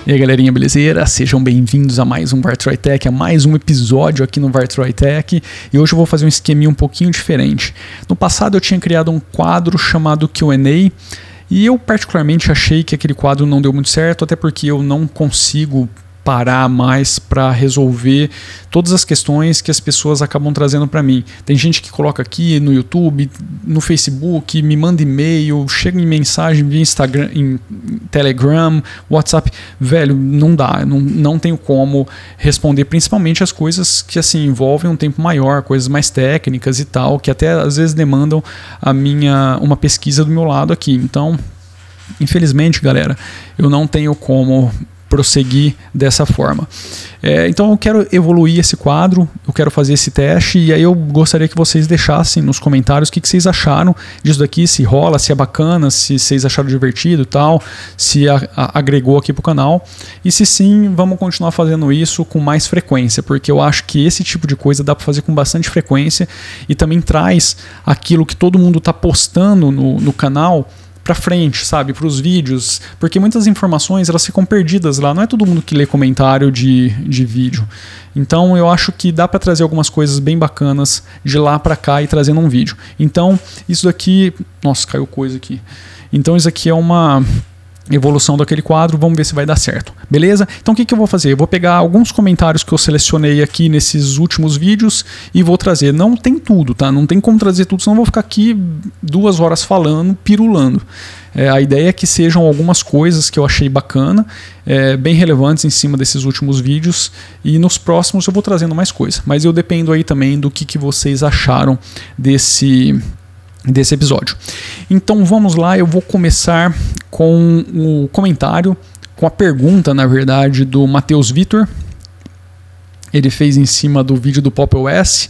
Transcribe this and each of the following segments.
E aí, galerinha, belezeira? Sejam bem-vindos a mais um Vartroy Tech, a mais um episódio aqui no Vartroy Tech. E hoje eu vou fazer um esqueminha um pouquinho diferente. No passado eu tinha criado um quadro chamado Q&A e eu particularmente achei que aquele quadro não deu muito certo, até porque eu não consigo parar mais para resolver todas as questões que as pessoas acabam trazendo para mim. Tem gente que coloca aqui no YouTube, no Facebook, me manda e-mail, chega em mensagem via Instagram, em Telegram, WhatsApp. Velho, não dá, não tenho como responder, principalmente as coisas que assim envolvem um tempo maior, coisas mais técnicas e tal, que até às vezes demandam uma pesquisa do meu lado aqui. Então, infelizmente, galera, eu não tenho como prosseguir dessa forma. Então eu quero evoluir esse quadro, eu quero fazer esse teste e aí eu gostaria que vocês deixassem nos comentários o que vocês acharam disso daqui, se rola, se é bacana, se vocês acharam divertido e tal, se agregou aqui pro canal e se sim, vamos continuar fazendo isso com mais frequência, porque eu acho que esse tipo de coisa dá para fazer com bastante frequência e também traz aquilo que todo mundo está postando no canal para frente, sabe, para os vídeos, porque muitas informações elas ficam perdidas lá, não é todo mundo que lê comentário de vídeo. Então eu acho que dá para trazer algumas coisas bem bacanas de lá para cá e trazer num vídeo. Então isso daqui, nossa, caiu coisa aqui. Então isso aqui é uma evolução daquele quadro, vamos ver se vai dar certo, beleza? Então o que eu vou fazer? Eu vou pegar alguns comentários que eu selecionei aqui nesses últimos vídeos e vou trazer, não tem tudo, tá? Não tem como trazer tudo, senão eu vou ficar aqui 2 horas falando, pirulando. A ideia é que sejam algumas coisas que eu achei bacana, bem relevantes em cima desses últimos vídeos e nos próximos eu vou trazendo mais coisa, mas eu dependo aí também do que vocês acharam desse episódio. Então vamos lá, eu vou começar com o comentário, com a pergunta, na verdade, do Matheus Vitor. Ele fez em cima do vídeo do Pop! OS,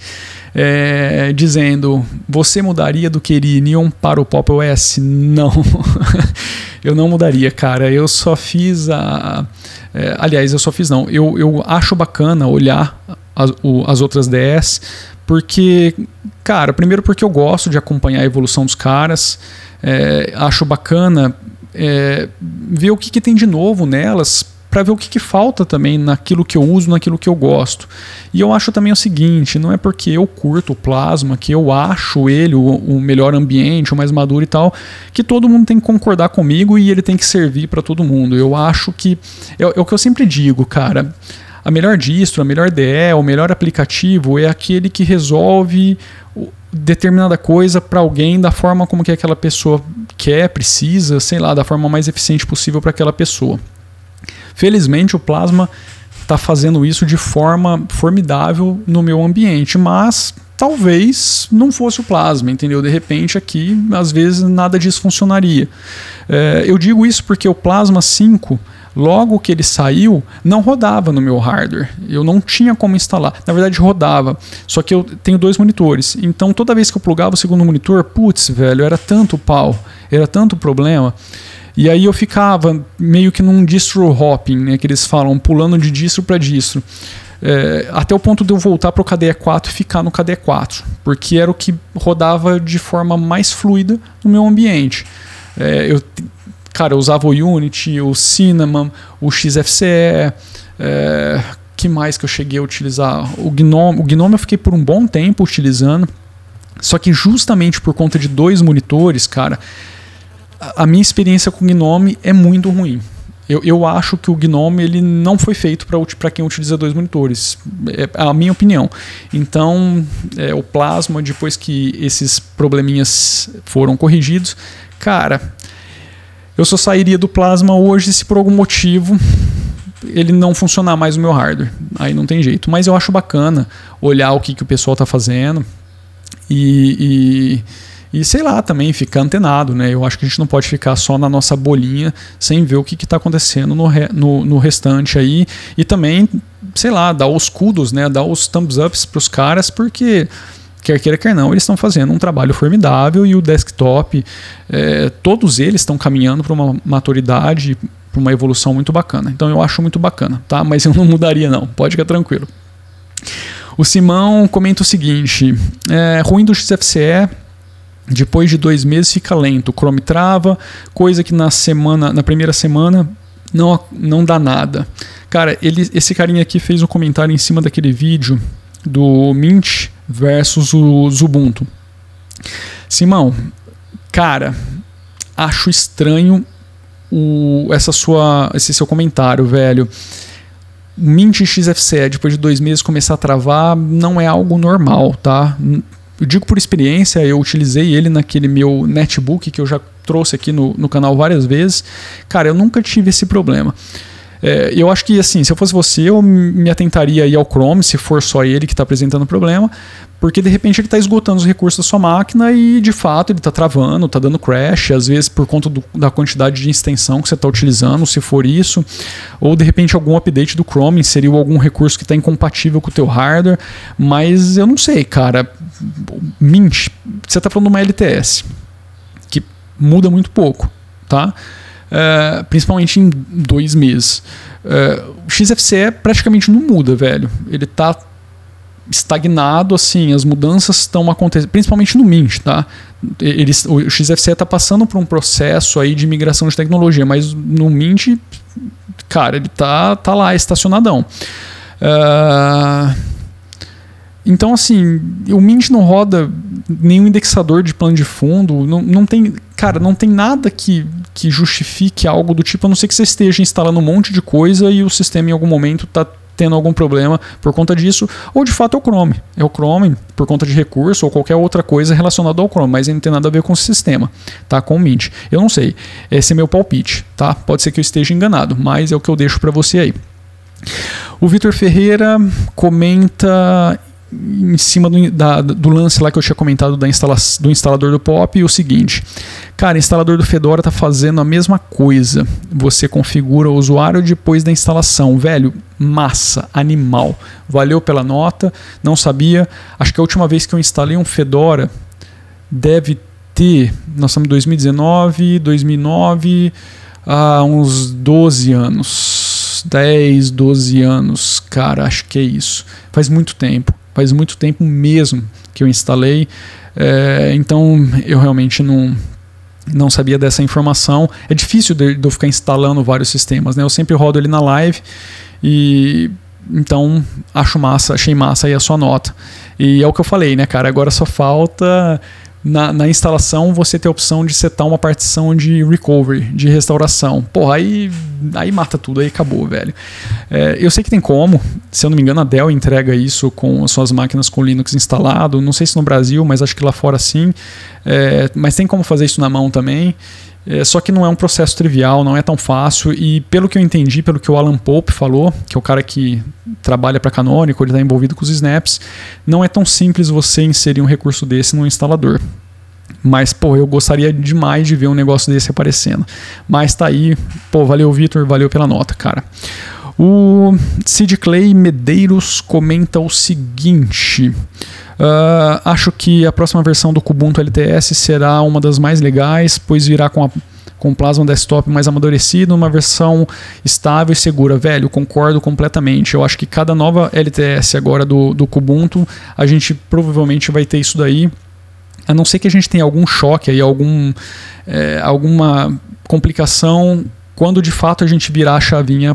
dizendo: você mudaria do Querinium para o Pop! OS? Não, eu não mudaria, cara. Eu só fiz aliás, eu só fiz não. Eu acho bacana olhar as outras DS, porque, cara, primeiro porque eu gosto de acompanhar a evolução dos caras, acho bacana ver o que tem de novo nelas, para ver o que falta também naquilo que eu uso, naquilo que eu gosto. E eu acho também o seguinte, não é porque eu curto o Plasma, que eu acho ele o melhor ambiente, o mais maduro e tal, que todo mundo tem que concordar comigo e ele tem que servir para todo mundo. Eu acho que, é o que eu sempre digo, cara, a melhor distro, a melhor DE, o melhor aplicativo é aquele que resolve determinada coisa para alguém da forma como que aquela pessoa quer, precisa, sei lá, da forma mais eficiente possível para aquela pessoa. Felizmente o Plasma está fazendo isso de forma formidável no meu ambiente, mas talvez não fosse o Plasma, entendeu? De repente aqui, às vezes, nada disso funcionaria. Eu digo isso porque o Plasma 5... logo que ele saiu, não rodava no meu hardware. Eu não tinha como instalar. Na verdade, rodava. Só que eu tenho 2 monitores. Então, toda vez que eu plugava o segundo monitor, putz, velho, era tanto pau, era tanto problema. E aí eu ficava meio que num distro hopping, né, que eles falam, pulando de distro para distro. Até o ponto de eu voltar para o KDE 4 e ficar no KDE 4. Porque era o que rodava de forma mais fluida no meu ambiente. Cara, eu usava o Unity, o Cinnamon, o XFCE, que mais que eu cheguei a utilizar? O Gnome. O Gnome eu fiquei por um bom tempo utilizando, só que justamente por conta de 2 monitores, cara, a minha experiência com o Gnome é muito ruim. Eu acho que o Gnome ele não foi feito para quem utiliza 2 monitores, é a minha opinião. Então, o Plasma, depois que esses probleminhas foram corrigidos, cara, eu só sairia do Plasma hoje se por algum motivo ele não funcionar mais no meu hardware. Aí não tem jeito. Mas eu acho bacana olhar o que o pessoal está fazendo e sei lá, também ficar antenado, né? Eu acho que a gente não pode ficar só na nossa bolinha sem ver o que está acontecendo no restante aí. E também, sei lá, dar os kudos, né? Dar os thumbs ups para os caras, porque quer queira, quer não, eles estão fazendo um trabalho formidável e o desktop, todos eles estão caminhando para uma maturidade, para uma evolução muito bacana. Então eu acho muito bacana, tá? Mas eu não mudaria não, pode ficar tranquilo. O Simão comenta o seguinte: ruim do XFCE, depois de 2 meses fica lento, o Chrome trava, coisa que na primeira semana não dá nada. Cara, esse carinha aqui fez um comentário em cima daquele vídeo do Mint versus o Ubuntu. Simão, cara, acho estranho esse seu comentário, velho. O Mint XFCE, depois de 2 meses começar a travar, não é algo normal, tá? Eu digo por experiência, eu utilizei ele naquele meu netbook que eu já trouxe aqui no canal várias vezes. Cara, eu nunca tive esse problema. Eu acho que, assim, se eu fosse você, eu me atentaria aí ao Chrome, se for só ele que está apresentando o problema, porque de repente ele está esgotando os recursos da sua máquina e de fato ele está travando, está dando crash, às vezes por conta da quantidade de extensão que você está utilizando, se for isso, ou de repente algum update do Chrome inseriu algum recurso que está incompatível com o teu hardware, mas eu não sei, cara. Mint, você está falando de uma LTS, que muda muito pouco, tá? Principalmente em 2 meses. O XFCE praticamente não muda, velho. Ele está estagnado, assim, as mudanças estão acontecendo, principalmente no Mint, tá? O XFCE está passando por um processo aí de migração de tecnologia, mas no Mint, cara, ele tá lá estacionadão. Então, assim, o Mint não roda nenhum indexador de plano de fundo, não tem, cara, não tem nada que justifique algo do tipo, a não ser que você esteja instalando um monte de coisa e o sistema em algum momento está tendo algum problema por conta disso, ou de fato é o Chrome. É o Chrome por conta de recurso ou qualquer outra coisa relacionada ao Chrome, mas ele não tem nada a ver com o sistema, tá? Com o Mint. Eu não sei, esse é meu palpite, tá? Pode ser que eu esteja enganado, mas é o que eu deixo para você aí. O Vitor Ferreira comenta em cima do lance lá que eu tinha comentado do instalador do POP, o seguinte: cara, o instalador do Fedora tá fazendo a mesma coisa, você configura o usuário depois da instalação, velho, massa, animal, valeu pela nota, não sabia, acho que a última vez que eu instalei um Fedora deve ter, nós estamos em 2009, há uns 12 anos, 10, 12 anos, cara, acho que é isso, faz muito tempo mesmo que eu instalei, então eu realmente não sabia dessa informação. É difícil de eu ficar instalando vários sistemas, né? Eu sempre rodo ele na live e então achei massa aí a sua nota. E é o que eu falei, né, cara? Agora só falta na instalação você ter a opção de setar uma partição de recovery, de restauração. Porra, aí mata tudo, aí acabou, velho. Eu sei que tem como, se eu não me engano a Dell entrega isso com as suas máquinas com Linux instalado, não sei se no Brasil, mas acho que lá fora sim, mas tem como fazer isso na mão também. Só que não é um processo trivial, não é tão fácil, e pelo que eu entendi, pelo que o Alan Pope falou, que é o cara que trabalha para Canonical, ele está envolvido com os snaps, não é tão simples você inserir um recurso desse no instalador. Mas, pô, eu gostaria demais de ver um negócio desse aparecendo. Mas tá aí, pô, valeu Vitor, valeu pela nota, cara. O Sid Clay Medeiros comenta o seguinte: acho que a próxima versão do Kubuntu LTS será uma das mais legais, pois virá com o Plasma Desktop mais amadurecido, uma versão estável e segura. Velho, concordo completamente. Eu acho que cada nova LTS agora do Kubuntu, a gente provavelmente vai ter isso daí, a não ser que a gente tenha algum choque aí, alguma complicação quando de fato a gente virar a chavinha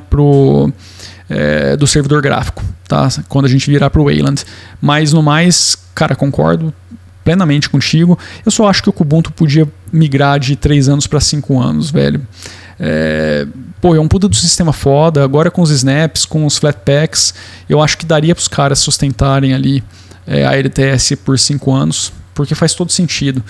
do servidor gráfico, tá? Quando a gente virar para o Wayland. Mas no mais, cara, concordo plenamente contigo. Eu só acho que o Kubuntu podia migrar de 3 anos para 5 anos, velho. É um puta do sistema foda. Agora com os snaps, com os flatpaks, eu acho que daria para os caras sustentarem ali a LTS por 5 anos, porque faz todo sentido.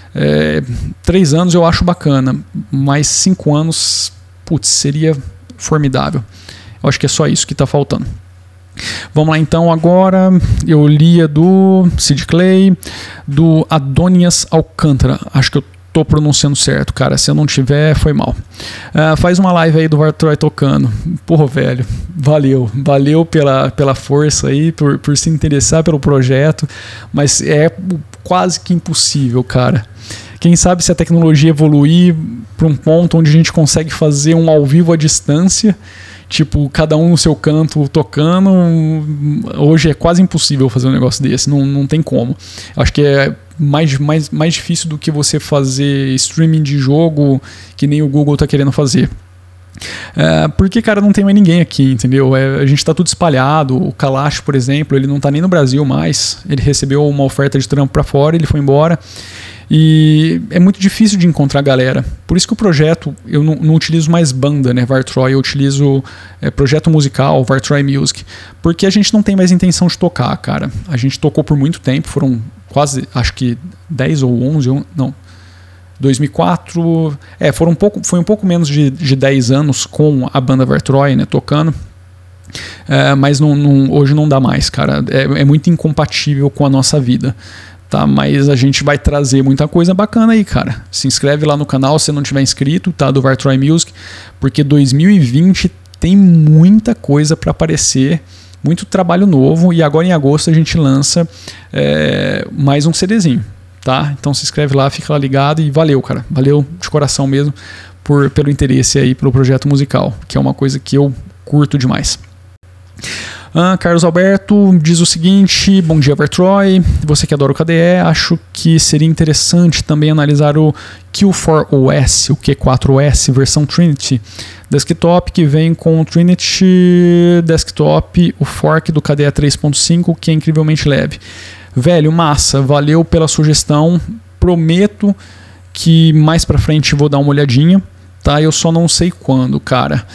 3 anos eu acho bacana, mas 5 anos, putz, seria formidável. Eu acho que é só isso que está faltando. Vamos lá então, agora eu lia do Sid Clay, do Adonias Alcântara, acho que eu tô pronunciando certo, cara, se eu não tiver, foi mal. Faz uma live aí do Vartroy tocando. Porra, velho, valeu pela força aí, por se interessar pelo projeto, mas é quase que impossível, cara. Quem sabe se a tecnologia evoluir para um ponto onde a gente consegue fazer um ao vivo à distância, tipo, cada um no seu canto tocando. Hoje é quase impossível fazer um negócio desse, não tem como. Acho que é mais difícil do que você fazer streaming de jogo que nem o Google está querendo fazer. Porque, cara, não tem mais ninguém aqui, entendeu? A gente tá tudo espalhado. O Kalash, por exemplo, ele não tá nem no Brasil mais. Ele recebeu uma oferta de trampo pra fora, ele foi embora. E é muito difícil de encontrar galera. Por isso que o projeto, eu não utilizo mais banda, né, Vartroy, eu utilizo projeto musical, Vartroy Music, porque a gente não tem mais intenção de tocar, cara. A gente tocou por muito tempo, foram quase, acho que 10 ou 11, não, 2004, foi um pouco menos de 10 anos com a banda Vartroy, né, tocando. Mas hoje não dá mais, cara. É muito incompatível com a nossa vida. Tá, mas a gente vai trazer muita coisa bacana aí, cara. Se inscreve lá no canal se não tiver inscrito, tá? Do Vartroy Music, porque 2020 tem muita coisa para aparecer, muito trabalho novo, e agora em agosto a gente lança mais um CDzinho, tá? Então se inscreve lá, fica lá ligado e valeu, cara. Valeu de coração mesmo pelo interesse aí pelo projeto musical, que é uma coisa que eu curto demais. Carlos Alberto diz o seguinte: bom dia, Vartroy, você que adora o KDE, acho que seria interessante também analisar o Q4OS, o Q4OS versão Trinity Desktop, que vem com o Trinity Desktop, o fork do KDE 3.5, que é incrivelmente leve. Velho, massa, valeu pela sugestão, prometo que mais pra frente vou dar uma olhadinha, tá? Eu só não sei quando, cara.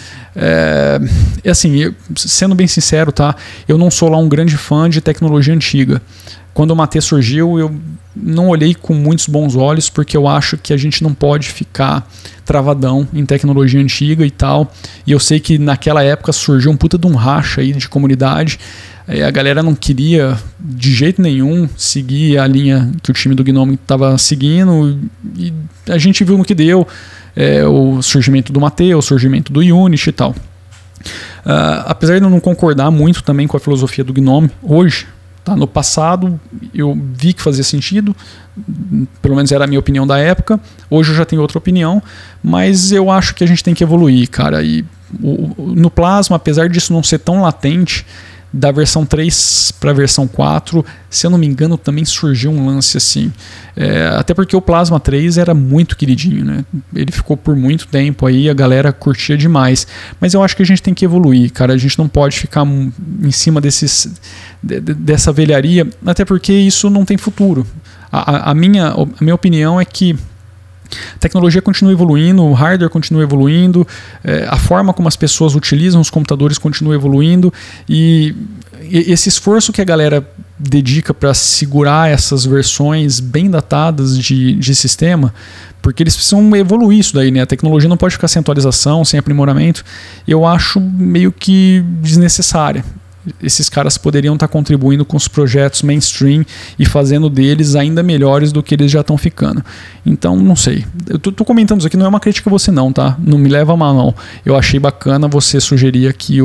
Assim, sendo bem sincero, tá? Eu não sou lá um grande fã de tecnologia antiga. Quando o Mate surgiu, eu não olhei com muitos bons olhos, porque eu acho que a gente não pode ficar travadão em tecnologia antiga e tal. E eu sei que naquela época surgiu um puta de um racha aí de comunidade. A galera não queria de jeito nenhum seguir a linha que o time do Gnome estava seguindo, e a gente viu no que deu. O surgimento do Mate, o surgimento do Unity e tal. Apesar de eu não concordar muito também com a filosofia do Gnome hoje, tá? No passado eu vi que fazia sentido, pelo menos era a minha opinião da época. Hoje eu já tenho outra opinião, mas eu acho que a gente tem que evoluir, cara. E no Plasma, apesar disso não ser tão latente, da versão 3 para a versão 4, se eu não me engano, também surgiu um lance assim. Até porque o Plasma 3 era muito queridinho, né? Ele ficou por muito tempo aí, a galera curtia demais. Mas eu acho que a gente tem que evoluir, cara. A gente não pode ficar em cima dessa velharia, até porque isso não tem futuro. A minha opinião é que a tecnologia continua evoluindo, o hardware continua evoluindo, a forma como as pessoas utilizam os computadores continua evoluindo, e esse esforço que a galera dedica para segurar essas versões bem datadas de sistema, porque eles precisam evoluir isso daí, né? A tecnologia não pode ficar sem atualização, sem aprimoramento, eu acho meio que desnecessária. Esses caras poderiam estar contribuindo com os projetos mainstream e fazendo deles ainda melhores do que eles já estão ficando. Então, não sei. Eu tô comentando isso aqui, não é uma crítica a você não, tá? Não me leva a mal, não. Eu achei bacana você sugerir aqui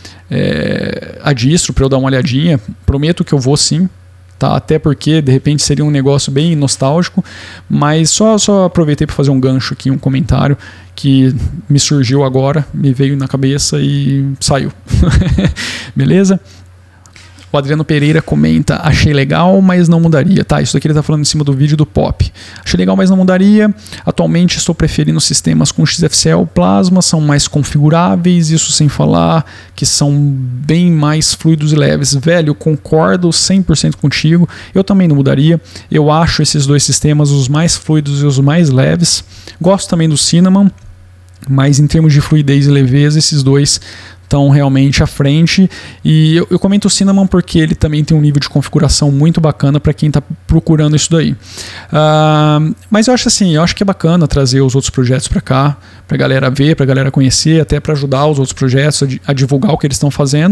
a distro para eu dar uma olhadinha. Prometo que eu vou sim. Tá? Até porque de repente seria um negócio bem nostálgico, mas só aproveitei para fazer um gancho aqui, um comentário que me surgiu agora, me veio na cabeça e saiu. Beleza? O Adriano Pereira comenta: achei legal, mas não mudaria. Tá, isso daqui ele tá falando em cima do vídeo do Pop. Achei legal, mas não mudaria. Atualmente estou preferindo sistemas com XFCE Plasma, são mais configuráveis, isso sem falar que são bem mais fluidos e leves. Velho, concordo 100% contigo. Eu também não mudaria. Eu acho esses dois sistemas os mais fluidos e os mais leves. Gosto também do Cinnamon, mas em termos de fluidez e leveza, esses dois estão realmente à frente. E eu comento o Cinnamon porque ele também tem um nível de configuração muito bacana para quem está procurando isso daí. Mas eu acho assim, eu acho que é bacana trazer os outros projetos para cá, para a galera ver, para a galera conhecer, até para ajudar os outros projetos a divulgar o que eles estão fazendo.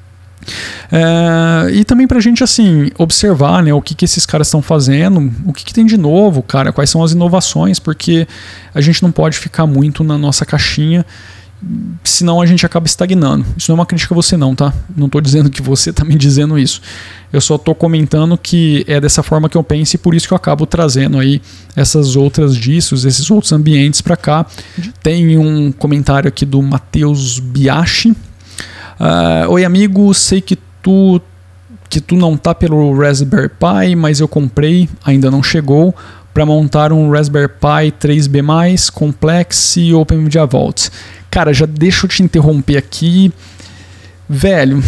E também pra gente assim observar, né, o que esses caras estão fazendo, o que tem de novo, cara, quais são as inovações, porque a gente não pode ficar muito na nossa caixinha, senão a gente acaba estagnando. Isso não é uma crítica a você não, tá? Não tô dizendo que você tá me dizendo isso. Eu só tô comentando que é dessa forma que eu penso, e por isso que eu acabo trazendo aí essas outras distros, esses outros ambientes para cá. Tem um comentário aqui do Matheus Biachi. Oi amigo, sei que tu não tá pelo Raspberry Pi, mas eu comprei, ainda não chegou, para montar um Raspberry Pi 3B+, Complex e OpenMediaVault. Cara, já deixa eu te interromper aqui. Velho,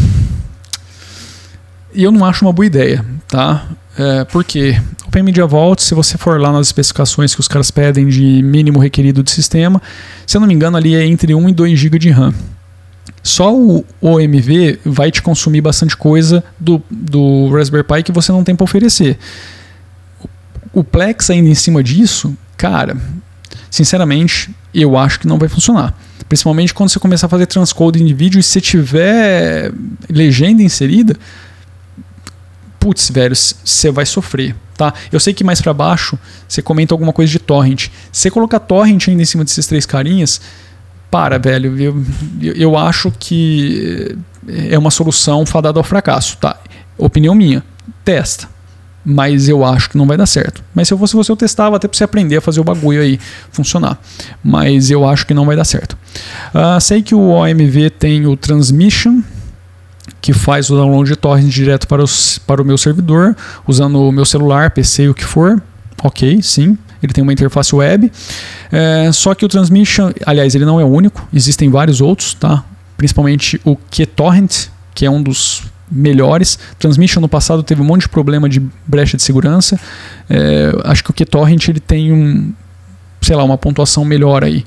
eu não acho uma boa ideia, tá? Por quê? Open Media Vault, se você for lá nas especificações que os caras pedem de mínimo requerido de sistema, se eu não me engano ali é entre 1 e 2 GB de RAM. Só o OMV vai te consumir bastante coisa do Raspberry Pi que você não tem para oferecer. O Plex ainda em cima disso, cara, sinceramente, eu acho que não vai funcionar. Principalmente quando você começar a fazer transcoding de vídeo e se tiver legenda inserida, putz, velho, você vai sofrer, tá? Eu sei que mais pra baixo você comenta alguma coisa de torrent. Se você colocar torrent ainda em cima desses 3 carinhas, velho, eu acho que é uma solução fadada ao fracasso, tá? Opinião minha, testa. Mas eu acho que não vai dar certo. Mas se eu fosse você, eu testava até pra você aprender a fazer o bagulho aí funcionar. Mas eu acho que não vai dar certo. Sei que o OMV tem o Transmission, que faz o download de torrent direto para o meu servidor, usando o meu celular, PC, o que for. Ok, sim. Ele tem uma interface web. Só que o Transmission, aliás, ele não é o único. Existem vários outros, tá? Principalmente o QTorrent, que é um dos melhores. Transmission no passado teve um monte de problema de brecha de segurança. Acho que o QTorrent ele tem uma pontuação melhor aí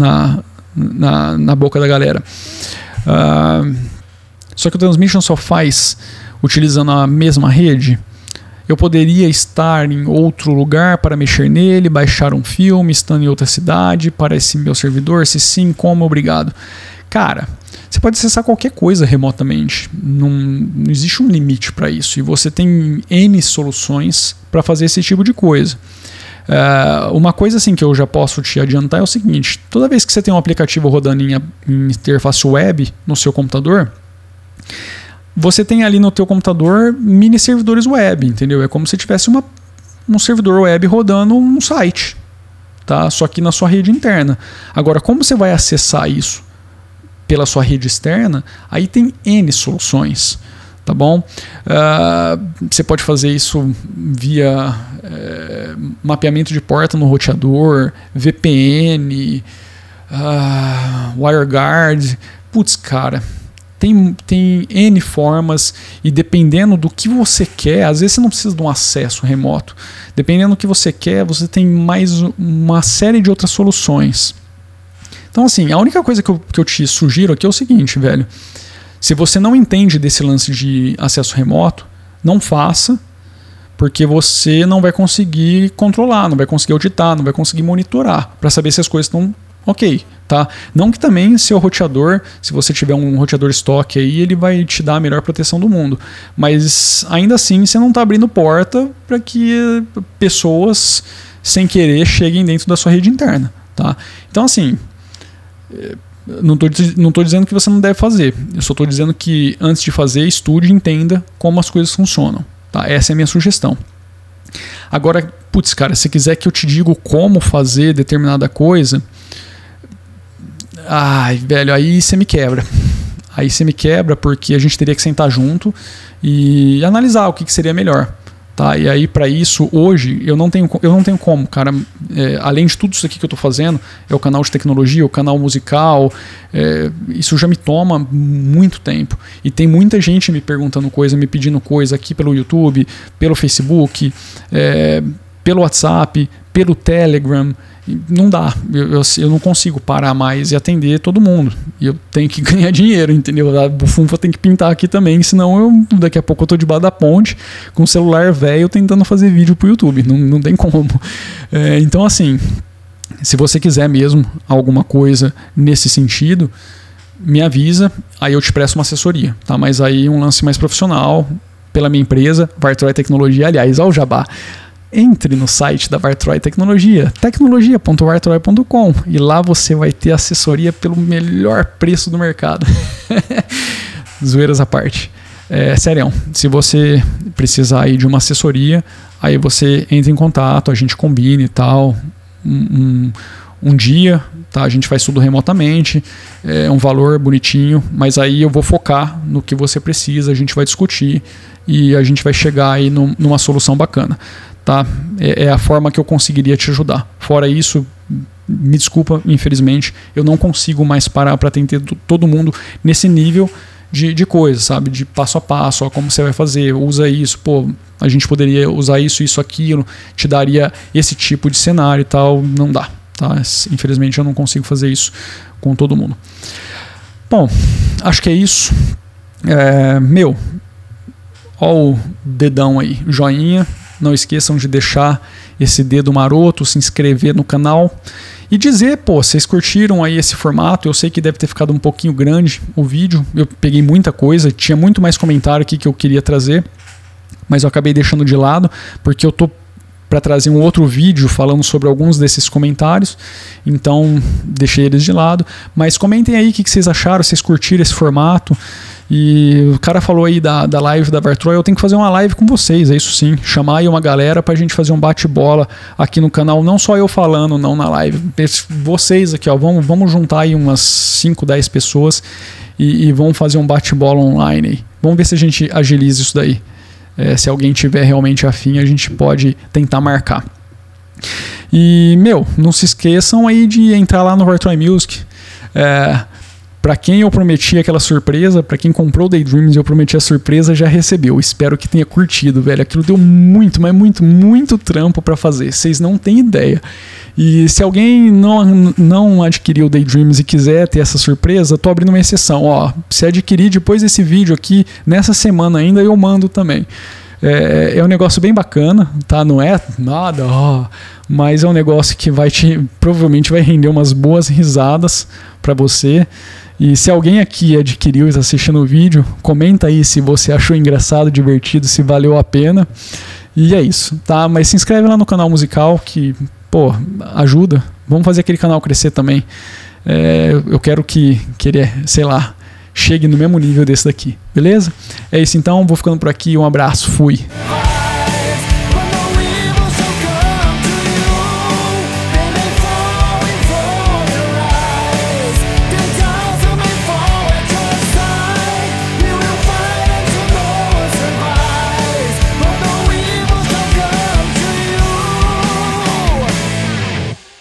na boca da galera. Só que o Transmission só faz utilizando a mesma rede. Eu poderia estar em outro lugar para mexer nele, baixar um filme, estando em outra cidade, para esse meu servidor? Se sim, como? Obrigado. Cara, você pode acessar qualquer coisa remotamente. Não existe um limite para isso. E você tem N soluções para fazer esse tipo de coisa. Uma coisa assim que eu já posso te adiantar é o seguinte: toda vez que você tem um aplicativo rodando em interface web no seu computador, você tem ali no teu computador mini servidores web, entendeu? É como se tivesse um servidor web rodando um site, tá? Só que na sua rede interna. Agora, como você vai acessar isso pela sua rede externa? Aí tem N soluções, tá bom? Você pode fazer isso via mapeamento de porta no roteador, VPN, WireGuard. Putz, cara, tem N formas, e dependendo do que você quer, às vezes você não precisa de um acesso remoto. Dependendo do que você quer, você tem mais uma série de outras soluções. Então, assim, a única coisa que eu te sugiro aqui é o seguinte, velho. Se você não entende desse lance de acesso remoto, não faça, porque você não vai conseguir controlar, não vai conseguir auditar, não vai conseguir monitorar para saber se as coisas estão ok, tá? Não que também seu roteador, se você tiver um roteador estoque aí, ele vai te dar a melhor proteção do mundo. Mas ainda assim, você não está abrindo porta para que pessoas, sem querer, cheguem dentro da sua rede interna, tá? Então, assim, não tô dizendo que você não deve fazer. Eu só estou dizendo que antes de fazer, estude e entenda como as coisas funcionam, tá? Essa é a minha sugestão. Agora, putz, cara, se quiser que eu te diga como fazer determinada coisa, ai, velho, aí você me quebra. Aí você me quebra, porque a gente teria que sentar junto e analisar o que seria melhor, tá? E aí, para isso, hoje, eu não tenho como, cara. Além de tudo isso aqui que eu tô fazendo, é o canal de tecnologia, o canal musical, isso já me toma muito tempo. E tem muita gente me perguntando coisa, me pedindo coisa aqui pelo YouTube, pelo Facebook, pelo WhatsApp, pelo Telegram. Não dá, eu não consigo parar mais e atender todo mundo. E eu tenho que ganhar dinheiro, entendeu? A bufunfa tem que pintar aqui também, senão daqui a pouco eu tô debaixo da ponte com o celular velho tentando fazer vídeo pro YouTube. Não tem como. Então, assim, se você quiser mesmo alguma coisa nesse sentido, me avisa, aí eu te presto uma assessoria, tá? Mas aí um lance mais profissional pela minha empresa, Vartroy Tecnologia. Aliás, ao jabá. Entre no site da Vartroy Tecnologia, tecnologia.vartroy.com, e lá você vai ter assessoria pelo melhor preço do mercado. Zoeiras à parte. Sério, se você precisar aí de uma assessoria, aí você entra em contato, a gente combina e tal, um dia, tá? A gente faz tudo remotamente, um valor bonitinho, mas aí eu vou focar no que você precisa, a gente vai discutir e a gente vai chegar aí numa solução bacana. Tá? É a forma que eu conseguiria te ajudar. Fora isso, me desculpa, infelizmente, eu não consigo mais parar para atender todo mundo nesse nível de coisa, sabe? De passo a passo, ó, como você vai fazer, usa isso, pô, a gente poderia usar isso, aquilo, te daria esse tipo de cenário e tal, não dá, tá? Infelizmente eu não consigo fazer isso com todo mundo. Bom, acho que é isso. Ó o dedão aí, joinha, não esqueçam de deixar esse dedo maroto, se inscrever no canal e dizer, pô, vocês curtiram aí esse formato. Eu sei que deve ter ficado um pouquinho grande o vídeo, eu peguei muita coisa, tinha muito mais comentário aqui que eu queria trazer, mas eu acabei deixando de lado, porque eu tô para trazer um outro vídeo falando sobre alguns desses comentários, então deixei eles de lado. Mas comentem aí o que vocês acharam, vocês curtiram esse formato. E o cara falou aí da live da Vartroy, eu tenho que fazer uma live com vocês, é isso sim, chamar aí uma galera pra gente fazer um bate-bola aqui no canal, não só eu falando não na live, vocês aqui, ó, vamos juntar aí umas 5, 10 pessoas e vamos fazer um bate-bola online aí. Vamos ver se a gente agiliza isso daí. Se alguém tiver realmente afim, a gente pode tentar marcar. E, não se esqueçam aí de entrar lá no Vartroy Music. Para quem eu prometi aquela surpresa, para quem comprou o Daydreams eu prometi a surpresa, já recebeu. Espero que tenha curtido, velho. Aquilo deu muito, mas muito trampo para fazer. Vocês não têm ideia. E se alguém não adquiriu o Daydreams e quiser ter essa surpresa, tô abrindo uma exceção. Ó, se adquirir depois desse vídeo aqui, nessa semana ainda, eu mando também. É um negócio bem bacana, tá? Não é nada, mas é um negócio que provavelmente vai render umas boas risadas para você. E se alguém aqui adquiriu e está assistindo o vídeo, comenta aí se você achou engraçado, divertido, se valeu a pena. E é isso, tá? Mas se inscreve lá no canal musical que, pô, ajuda. Vamos fazer aquele canal crescer também. Eu quero que ele, sei lá, chegue no mesmo nível desse daqui, beleza? É isso então, vou ficando por aqui, um abraço, fui!